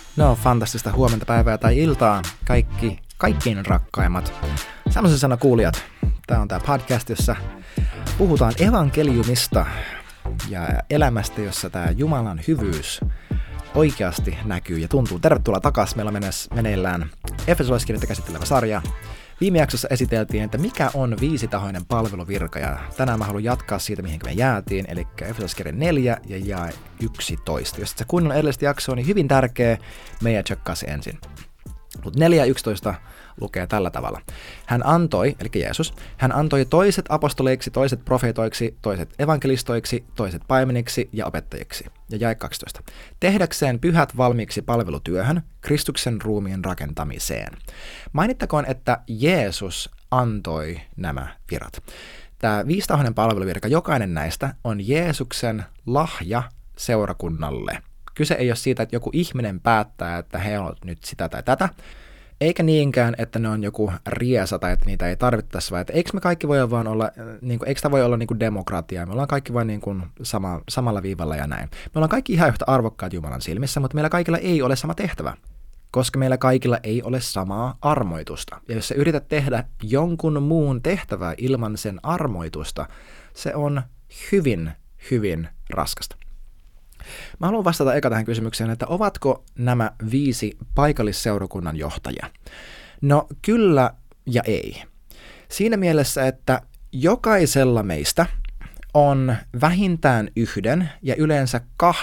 No, fantastista huomenta, päivää tai iltaa, kaikkiin rakkaimmat semmoisen sana kuulijat. Tämä on tämä podcast, jossa puhutaan evankeliumista ja elämästä, jossa tämä Jumalan hyvyys oikeasti näkyy ja tuntuu. Tervetuloa takaisin. Meillä on meneillään Efesolaiskirjettä käsittelevä sarja. Viime jaksossa esiteltiin, että mikä on 5-tahoinen palveluvirka, ja tänään mä haluan jatkaa siitä, mihin me jäätiin, eli Efesolaiskirje 4 ja jae 11. Jos et sä kuunnella edellistä jaksoa, niin hyvin tärkeä, meidän tsekkaa se ensin. Mutta 4 ja 11 lukee tällä tavalla. Hän antoi, eli Jeesus, hän antoi toiset apostoleiksi, toiset profeetoiksi, toiset evankelistoiksi, toiset paimeniksi ja opettajiksi. Ja jae 12. Tehdäkseen pyhät valmiiksi palvelutyöhön, Kristuksen ruumiin rakentamiseen. Mainittakoon, että Jeesus antoi nämä virat. Tämä 5-tahoinen palveluvirka, jokainen näistä on Jeesuksen lahja seurakunnalle. Kyse ei ole siitä, että joku ihminen päättää, että he ovat nyt sitä tai tätä, eikä niinkään, että ne on joku riesa tai että niitä ei tarvittaisi, vaan että eikö me kaikki voi vaan olla, eikö tämä voi olla demokratiaa, me ollaan kaikki vain samalla viivalla ja näin. Me ollaan kaikki ihan yhtä arvokkaat Jumalan silmissä, mutta meillä kaikilla ei ole sama tehtävä, koska meillä kaikilla ei ole samaa armoitusta. Ja jos sä yrität tehdä jonkun muun tehtävää ilman sen armoitusta, se on hyvin, hyvin raskasta. Mä haluan vastata eka tähän kysymykseen, että ovatko nämä 5 paikallisseurakunnan johtajia? No kyllä ja ei. Siinä mielessä, että jokaisella meistä on vähintään 1 ja yleensä 2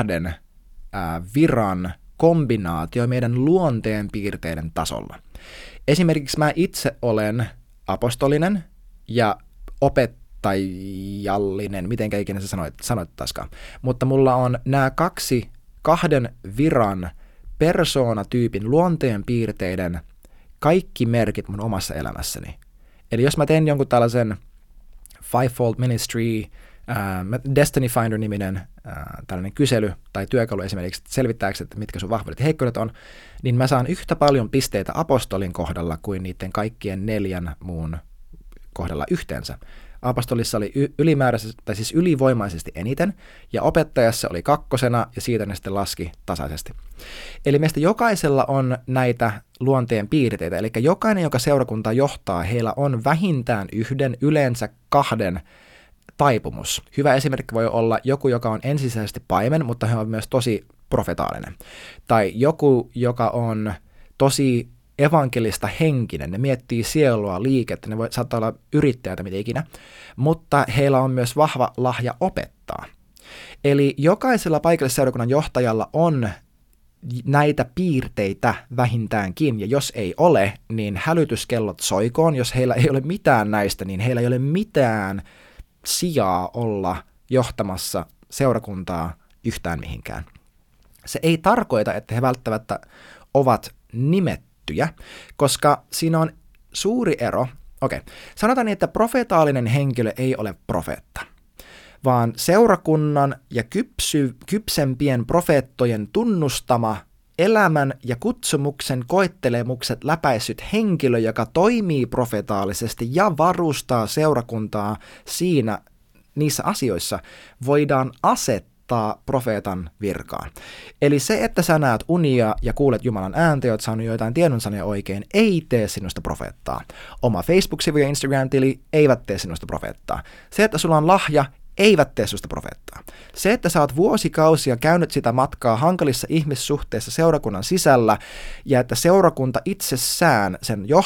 viran kombinaatio meidän luonteen piirteiden tasolla. Esimerkiksi mä itse olen apostolinen ja opettajallinen, mitenkä ikinä se sanoittaisikaan. Mutta mulla on nämä 2 viran persoonatyypin luonteen piirteiden kaikki merkit mun omassa elämässäni. Eli jos mä teen jonkun tällaisen Fivefold Ministry, Destiny Finder-niminen tällainen kysely tai työkalu esimerkiksi selvittääkseni, että mitkä sun vahvuudet ja heikkoudet on, niin mä saan yhtä paljon pisteitä apostolin kohdalla kuin niiden kaikkien 4 muun kohdalla yhteensä. Apostolissa oli ylivoimaisesti eniten, ja opettajassa oli 2. ja siitä ne sitten laski tasaisesti. Eli meistä jokaisella on näitä luonteen piirteitä, eli jokainen, joka seurakuntaa johtaa, heillä on vähintään 1, yleensä 2 taipumus. Hyvä esimerkki voi olla joku, joka on ensisijaisesti paimen, mutta he on myös tosi profetaalinen. Tai joku, joka on tosi evankelista henkinen, ne miettii sielua, liikettä, ne saattaa olla yrittäjätä, mitä ikinä, mutta heillä on myös vahva lahja opettaa. Eli jokaisella paikallisseurakunnan johtajalla on näitä piirteitä vähintäänkin, ja jos ei ole, niin hälytyskellot soikoon. Jos heillä ei ole mitään näistä, niin heillä ei ole mitään sijaa olla johtamassa seurakuntaa yhtään mihinkään. Se ei tarkoita, että he välttämättä ovat nimettyjä, koska siinä on suuri ero. Sanotaan niin, että profeetaalinen henkilö ei ole profeetta, vaan seurakunnan ja kypsempien profeettojen tunnustama elämän ja kutsumuksen koettelemukset läpäissyt henkilö, joka toimii profetaalisesti ja varustaa seurakuntaa niissä asioissa, voidaan asettaa profeetan virkaan. Eli se, että sä näet unia ja kuulet Jumalan ääntä, oot saanut joitain tiedonsanoja oikein, ei tee sinusta profeettaa. Oma Facebook-sivu ja Instagram-tili eivät tee sinusta profeettaa. Se, että sulla on lahja, eivät tee susta profeettaa. Se, että sä oot vuosikausia käynyt sitä matkaa hankalissa ihmissuhteissa seurakunnan sisällä, ja että seurakunta itsessään,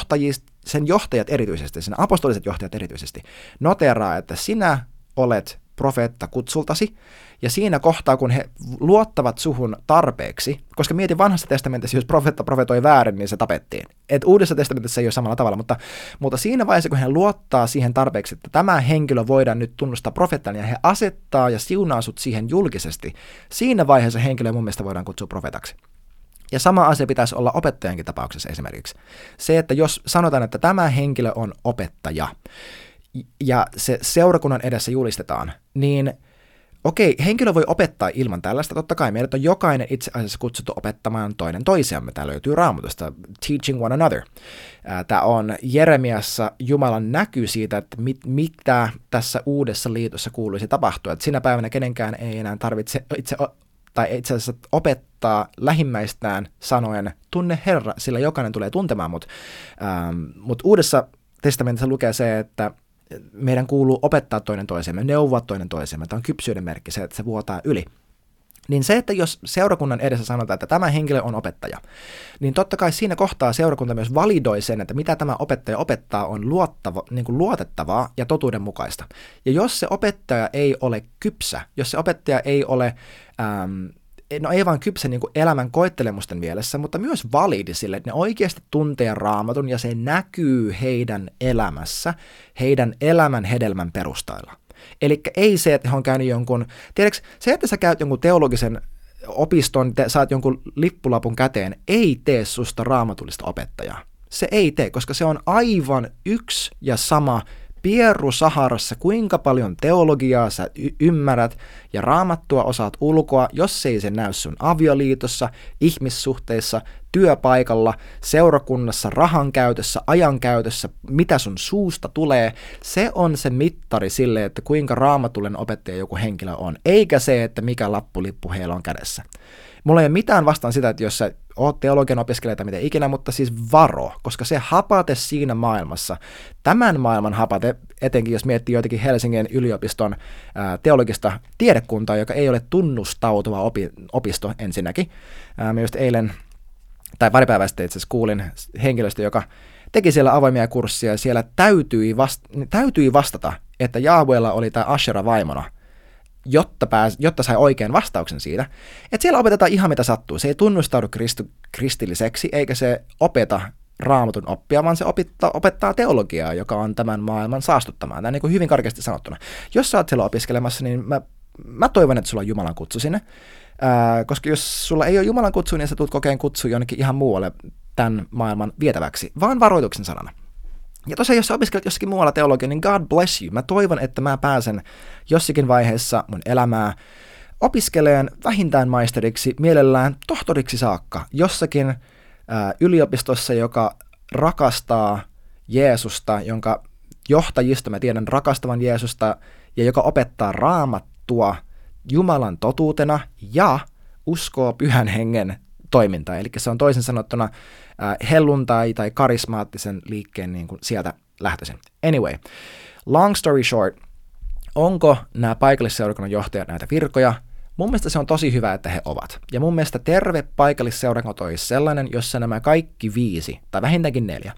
sen johtajat erityisesti, sen apostoliset johtajat erityisesti, noteraa, että sinä olet profeetta kutsultasi, ja siinä kohtaa, kun he luottavat suhun tarpeeksi, koska mietin vanhassa testamentissa, jos profeetta profetoi väärin, niin se tapettiin. Et uudessa testamentissa ei ole samalla tavalla, mutta siinä vaiheessa, kun he luottaa siihen tarpeeksi, että tämä henkilö voidaan nyt tunnustaa profeettana, ja he asettaa ja siunaa sut siihen julkisesti, siinä vaiheessa henkilö mun mielestä voidaan kutsua profetaksi. Ja sama asia pitäisi olla opettajankin tapauksessa esimerkiksi. Se, että jos sanotaan, että tämä henkilö on opettaja, ja se seurakunnan edessä julistetaan, niin henkilö voi opettaa ilman tällaista. Totta kai meidät on jokainen itse asiassa kutsuttu opettamaan toinen toisiamme. Tää löytyy Raamatusta, teaching one another. Tämä on Jeremiassa Jumalan näky siitä, että mitä tässä uudessa liitossa kuuluisi tapahtua. Että sinä päivänä kenenkään ei enää tarvitse itse tai itse asiassa opettaa lähimmäistään sanoen, tunne Herra, sillä jokainen tulee tuntemaan mut. Mutta Uudessa testamentissa lukee se, että meidän kuuluu opettaa toinen toisemme, neuvoa toinen toisemme. Tämä on kypsyyden merkki, se, että se vuotaa yli. Niin se, että jos seurakunnan edessä sanotaan, että tämä henkilö on opettaja, niin totta kai siinä kohtaa seurakunta myös validoi sen, että mitä tämä opettaja opettaa on luotettavaa ja totuudenmukaista. Ja jos se opettaja ei ole kypsä, jos se opettaja ei ole, ei vaan kypsä niin kuin elämän koettelemusten mielessä, mutta myös validi sille, että ne oikeasti tuntee Raamatun ja se näkyy heidän elämässä, heidän elämän hedelmän perustailla. Eli ei se, että he on käynyt jonkun, tiedätkö, se, että sä käyt jonkun teologisen opiston, saat jonkun lippulapun käteen, ei tee susta raamatullista opettajaa. Se ei tee, koska se on aivan yksi ja sama pieru Saharassa, kuinka paljon teologiaa sä ymmärrät ja raamattua osaat ulkoa, jos ei se näy sun avioliitossa, ihmissuhteissa, työpaikalla, seurakunnassa, rahan käytössä, ajan käytössä, mitä sun suusta tulee. Se on se mittari sille, että kuinka raamatullinen opettaja joku henkilö on, eikä se, että mikä lappulippu heillä on kädessä. Mulla ei ole mitään vastaan sitä, että jos sä oot teologian opiskelija tai mitä ikinä, mutta siis varo, koska se hapate siinä maailmassa, tämän maailman hapate, etenkin jos miettii joitakin Helsingin yliopiston teologista tiedekuntaa, joka ei ole tunnustautuva opisto ensinnäkin. Mä just eilen, tai pari päivää sitten itse asiassa kuulin henkilöstä, joka teki siellä avoimia kursseja, ja siellä täytyi vastata, että Jahwella oli tämä Ashera vaimona, jotta sai oikean vastauksen siitä, että siellä opetetaan ihan mitä sattuu. Se ei tunnustaudu kristilliseksi, eikä se opeta raamatun oppia, vaan se opettaa teologiaa, joka on tämän maailman saastuttamaan. Tämä on niin kuin hyvin karkeasti sanottuna. Jos sä oot siellä opiskelemassa, niin mä toivon, että sulla on Jumalan kutsu sinne, koska jos sulla ei ole Jumalan kutsu, niin sä tulet kokeen kutsu jonnekin ihan muualle tämän maailman vietäväksi, vaan varoituksen sanana. Ja tosiaan, jos sä opiskelet jossakin muualla teologia, niin God bless you. Mä toivon, että mä pääsen jossakin vaiheessa mun elämää opiskeleen vähintään maisteriksi, mielellään tohtoriksi saakka, jossakin yliopistossa, joka rakastaa Jeesusta, jonka johtajista mä tiedän rakastavan Jeesusta, ja joka opettaa raamattua Jumalan totuutena ja uskoo Pyhän Hengen toimintaa. Eli se on toisin sanottuna helluntai tai karismaattisen liikkeen niin kuin sieltä lähtöisin. Anyway, long story short, onko nämä paikallisseurakunnan johtajat näitä virkoja? Mun mielestä se on tosi hyvä, että he ovat. Ja mun mielestä terve paikallisseurakunta olisi sellainen, jossa nämä kaikki 5, tai vähintäänkin 4,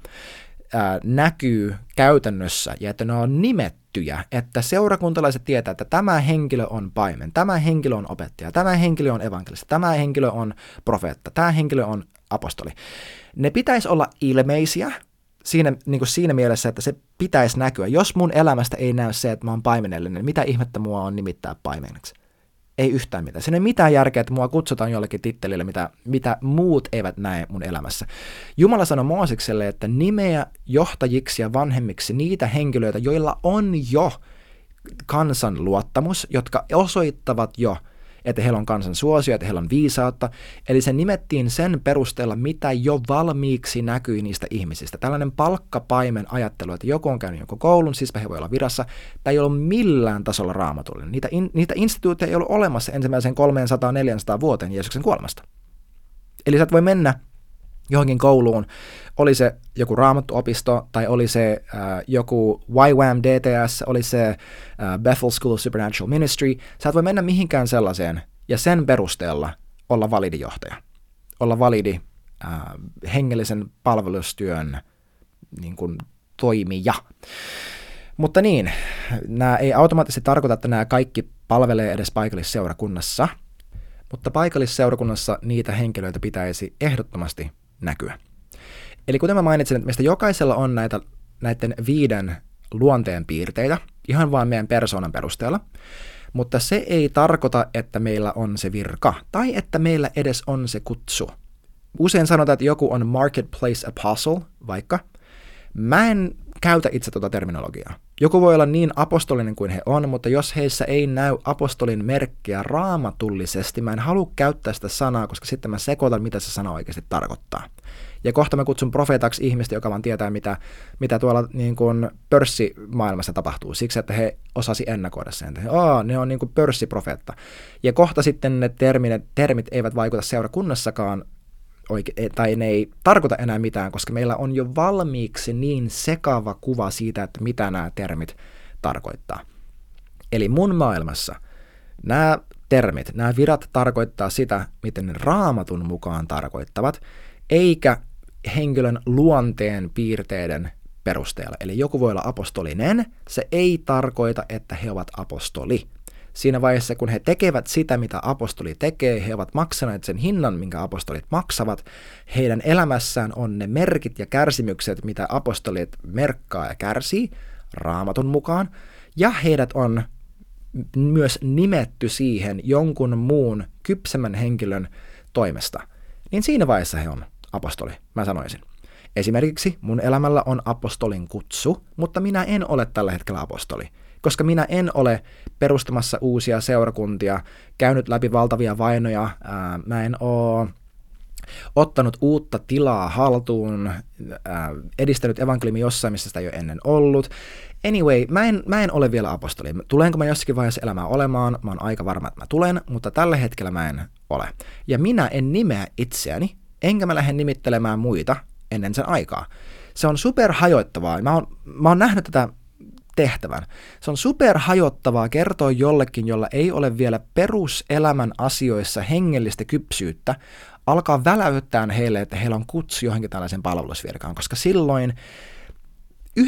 näkyy käytännössä, ja että ne on nimettyjä, että seurakuntalaiset tietää, että tämä henkilö on paimen, tämä henkilö on opettaja, tämä henkilö on evankelisti, tämä henkilö on profeetta, tämä henkilö on apostoli. Ne pitäisi olla ilmeisiä siinä mielessä, että se pitäisi näkyä. Jos mun elämästä ei näy se, että mä oon paimenellinen, niin mitä ihmettä mua on nimittää paimeneksi? Ei yhtään mitään. Siinä ei mitään järkeä, että mua kutsutaan jollekin tittelille, mitä muut eivät näe mun elämässä. Jumala sanoi Moosekselle, että nimeä johtajiksi ja vanhemmiksi niitä henkilöitä, joilla on jo kansan luottamus, jotka osoittavat jo, että heillä on kansan suosio, että heillä on viisautta. Eli se nimettiin sen perusteella, mitä jo valmiiksi näkyi niistä ihmisistä. Tällainen palkkapaimen ajattelu, että joku on käynyt jonkun koulun, siispä he voi olla virassa, tämä ei ole millään tasolla raamatullinen. Niitä instituutteja ei ollut olemassa ensimmäisen 300-400 vuoteen Jeesuksen kuolemasta. Eli sä et voi mennä johonkin kouluun, oli se joku raamattuopisto, tai oli se joku YWAM DTS, oli se Bethel School of Supernatural Ministry. Sä et voi mennä mihinkään sellaiseen ja sen perusteella olla validi johtaja, olla validi hengellisen palvelustyön niin kuin toimija. Mutta niin, nämä ei automaattisesti tarkoita, että nämä kaikki palvelee edes paikallisseurakunnassa, mutta paikallisseurakunnassa niitä henkilöitä pitäisi ehdottomasti näkyä. Eli kuten mä mainitsin, että meistä jokaisella on näiden 5 luonteen piirteitä, ihan vaan meidän persoonan perusteella, mutta se ei tarkoita, että meillä on se virka, tai että meillä edes on se kutsu. Usein sanotaan, että joku on marketplace apostle, vaikka. Mä en käytä itse tuota terminologiaa. Joku voi olla niin apostolinen kuin he on, mutta jos heissä ei näy apostolin merkkiä raamatullisesti, mä en halua käyttää sitä sanaa, koska sitten mä sekoitan, mitä se sana oikeasti tarkoittaa. Ja kohta mä kutsun profeetaksi ihmistä, joka vaan tietää, mitä tuolla niin kuin pörssimaailmassa tapahtuu, siksi että he osasi ennakoida sen. Ne on niin kuin pörssiprofeetta. Ja kohta sitten ne termit eivät vaikuta seurakunnassakaan, tai ne ei tarkoita enää mitään, koska meillä on jo valmiiksi niin sekava kuva siitä, että mitä nämä termit tarkoittaa. Eli mun maailmassa nämä termit, nämä virat tarkoittaa sitä, miten ne Raamatun mukaan tarkoittavat, eikä henkilön luonteen piirteiden perusteella. Eli joku voi olla apostolinen, se ei tarkoita, että he ovat apostoli. Siinä vaiheessa, kun he tekevät sitä, mitä apostoli tekee, he ovat maksaneet sen hinnan, minkä apostolit maksavat. Heidän elämässään on ne merkit ja kärsimykset, mitä apostolit merkkaa ja kärsii Raamatun mukaan. Ja heidät on myös nimetty siihen jonkun muun kypsemmän henkilön toimesta. Niin siinä vaiheessa he on apostoli, mä sanoisin. Esimerkiksi mun elämällä on apostolin kutsu, mutta minä en ole tällä hetkellä apostoli. Koska minä en ole perustamassa uusia seurakuntia, käynyt läpi valtavia vainoja, mä en ole ottanut uutta tilaa haltuun, edistänyt evankeliumi jossain, missä sitä ei ole ennen ollut. Anyway, mä en ole vielä apostoli. Tulenko mä jossakin vaiheessa elämää olemaan? Mä oon aika varma, että mä tulen, mutta tällä hetkellä mä en ole. Ja minä en nimeä itseäni, enkä mä lähde nimittelemään muita ennen sen aikaa. Se on superhajoittavaa. Mä oon nähnyt tätä tehtävän. Se on superhajottavaa kertoa jollekin, jolla ei ole vielä peruselämän asioissa hengellistä kypsyyttä, alkaa väläyttää heille, että heillä on kutsu johonkin tällaisen palvelusvirkaan, koska silloin 90%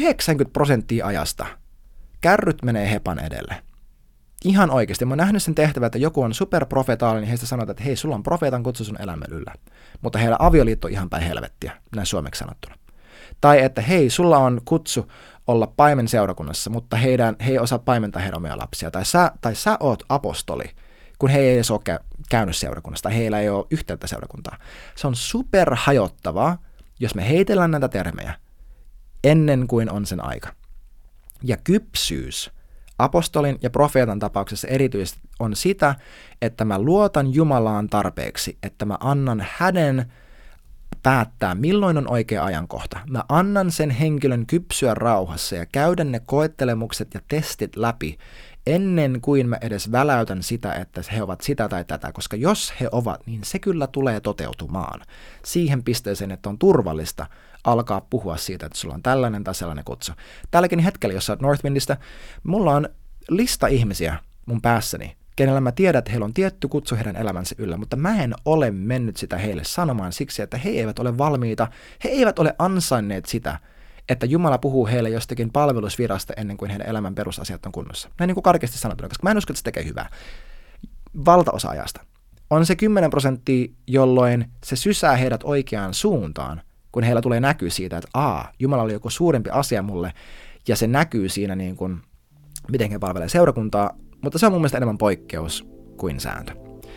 ajasta kärryt menee hepan edelle. Ihan oikeasti. Mä oon nähnyt sen tehtävän, että joku on superprofetaalinen, niin heistä sanotaan, että hei, sulla on profeetan kutsu sun elämän yllä. Mutta heillä avioliitto on ihan päin helvettiä, näin suomeksi sanottuna. Tai että hei, sulla on kutsu olla paimen seurakunnassa, mutta he ei osaa paimentaa heidän omia lapsia. Tai sä oot apostoli, kun he ei edes ole käynyt seurakunnassa, tai heillä ei ole yhteyttä seurakuntaa. Se on superhajottavaa, jos me heitellään näitä termejä ennen kuin on sen aika. Ja kypsyys apostolin ja profeetan tapauksessa erityisesti on sitä, että mä luotan Jumalaan tarpeeksi, että mä annan hänen päättää, milloin on oikea ajankohta. Mä annan sen henkilön kypsyä rauhassa ja käydä ne koettelemukset ja testit läpi ennen kuin mä edes väläytän sitä, että he ovat sitä tai tätä, koska jos he ovat, niin se kyllä tulee toteutumaan. Siihen pisteeseen, että on turvallista alkaa puhua siitä, että sulla on tällainen tai sellainen kutsu. Tälläkin hetkellä, jos sä oot Northwindistä, mulla on lista ihmisiä mun päässäni, kenellä mä tiedän, että heillä on tietty kutsu heidän elämänsä yllä, mutta mä en ole mennyt sitä heille sanomaan siksi, että he eivät ole valmiita, he eivät ole ansainneet sitä, että Jumala puhuu heille jostakin palvelusvirasta ennen kuin heidän elämän perusasiat on kunnossa. Näin niin kuin karkeasti sanottuna, koska mä en usko, että se tekee hyvää. Valtaosa ajasta. On se 10%, jolloin se sysää heidät oikeaan suuntaan, kun heillä tulee näkyy siitä, että Jumala oli joku suurempi asia mulle, ja se näkyy siinä niin kuin, miten he palvelee seurakuntaa, mutta se on mun mielestä enemmän poikkeus kuin sääntö.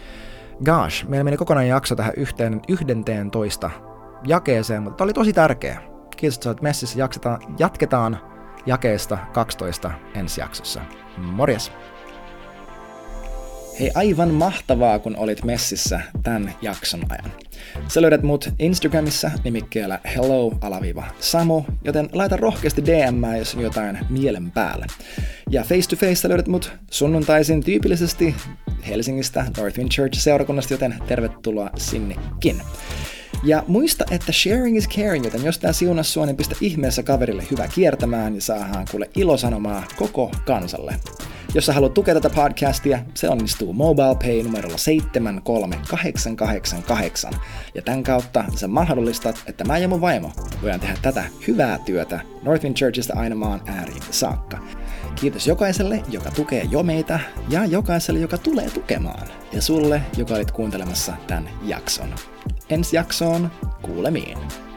Gosh, meillä meni kokonainen jakso tähän 11 jakeeseen, mutta tämä oli tosi tärkeä. Kiitos, että olet messissä. Jatketaan jakeesta 12 ensi jaksossa. Morjes! Hei, aivan mahtavaa, kun olit messissä tämän jakson ajan. Sä löydät mut Instagramissa nimikkeellä hello_Samu, joten laita rohkeasti DM:ää, jos on jotain mielen päällä. Ja face to face löydät mut sunnuntaisin tyypillisesti Helsingistä Northwind Church-seurakunnasta, joten tervetuloa sinnekin. Ja muista, että sharing is caring, joten jos tää siunas sua, niin pistä ihmeessä kaverille hyvä kiertämään ja saadaan kuule ilosanomaa koko kansalle. Jos sä haluat tukea tätä podcastia, se onnistuu MobilePay numerolla 73888. Ja tämän kautta sä mahdollistat, että mä ja mun vaimo voidaan tehdä tätä hyvää työtä Northwind Churchista aina maan ääriin saakka. Kiitos jokaiselle, joka tukee jo meitä, ja jokaiselle, joka tulee tukemaan. Ja sulle, joka olit kuuntelemassa tämän jakson. Ensi jaksoon kuulemiin.